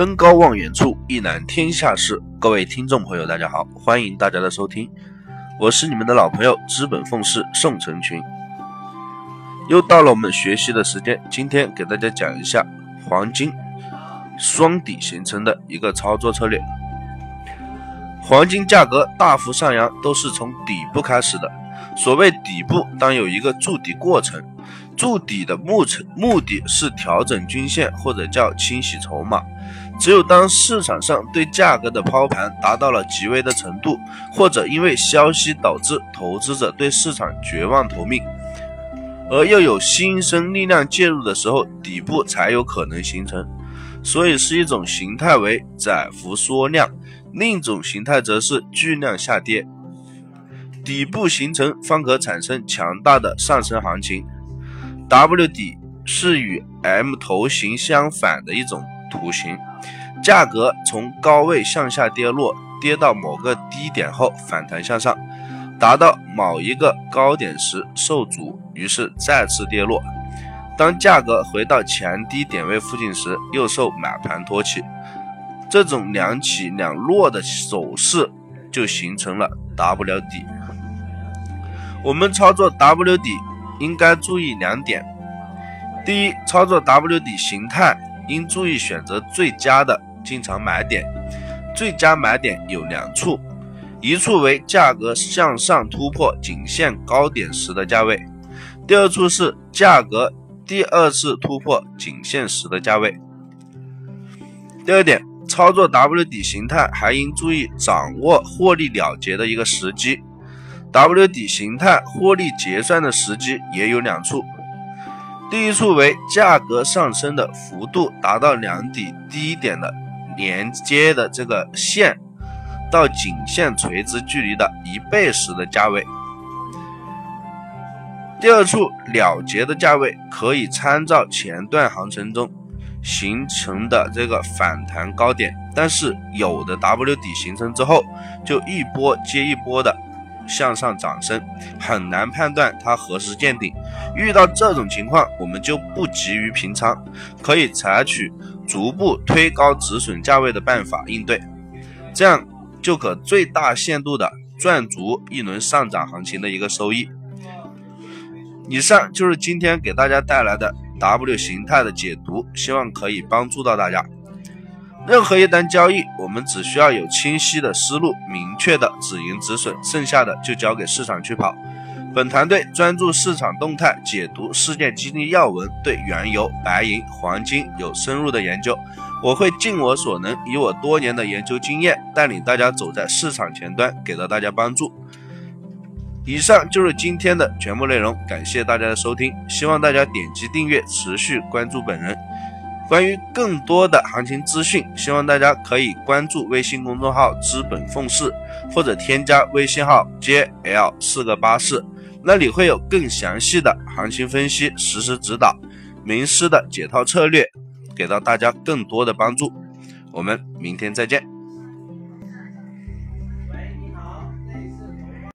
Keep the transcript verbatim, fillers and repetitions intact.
登高望远处，一览天下事。各位听众朋友大家好，欢迎大家的收听，我是你们的老朋友资本凤氏宋成群。又到了我们学习的时间，今天给大家讲一下黄金双底形成的一个操作策略。黄金价格大幅上扬都是从底部开始的，所谓底部当有一个筑底过程，筑底的目的是调整均线或者叫清洗筹码。只有当市场上对价格的抛盘达到了极微的程度，或者因为消息导致投资者对市场绝望投命，而又有新生力量介入的时候，底部才有可能形成。所以是一种形态为窄幅缩量，另一种形态则是巨量下跌。底部形成方可产生强大的上升行情。 W 底是与 M 头形相反的一种图形，价格从高位向下跌落，跌到某个低点后反弹向上，达到某一个高点时受阻，于是再次跌落。当价格回到前低点位附近时，又受买盘托起，这种两起两落的走势就形成了 W 底。我们操作 W 底应该注意两点。第一，操作 W 底形态应注意选择最佳的进场买点。最佳买点有两处，一处为价格向上突破颈线高点时的价位，第二处是价格第二次突破颈线时的价位。第二点，操作 W 底形态还应注意掌握获利了结的一个时机。W 底形态获利结算的时机也有两处，第一处为价格上升的幅度达到两底低点的连接的这个线到颈线垂直距离的一倍时的价位。第二处了结的价位可以参照前段行情中形成的这个反弹高点，但是有的 W 底形成之后就一波接一波的向上涨升，很难判断它何时见顶。遇到这种情况，我们就不急于平仓，可以采取逐步推高止损价位的办法应对，这样就可最大限度的赚足一轮上涨行情的一个收益。以上就是今天给大家带来的 W 形态的解读，希望可以帮助到大家。任何一单交易，我们只需要有清晰的思路，明确的止盈止损，剩下的就交给市场去跑。本团队专注市场动态，解读事件经济要闻，对原油、白银、黄金有深入的研究。我会尽我所能，以我多年的研究经验，带领大家走在市场前端，给到大家帮助。以上就是今天的全部内容，感谢大家的收听，希望大家点击订阅，持续关注本人。关于更多的行情资讯，希望大家可以关注微信公众号资本凤氏，或者添加微信号 J L 四个八四，那里会有更详细的行情分析、实时指导、名师的解套策略，给到大家更多的帮助。我们明天再见。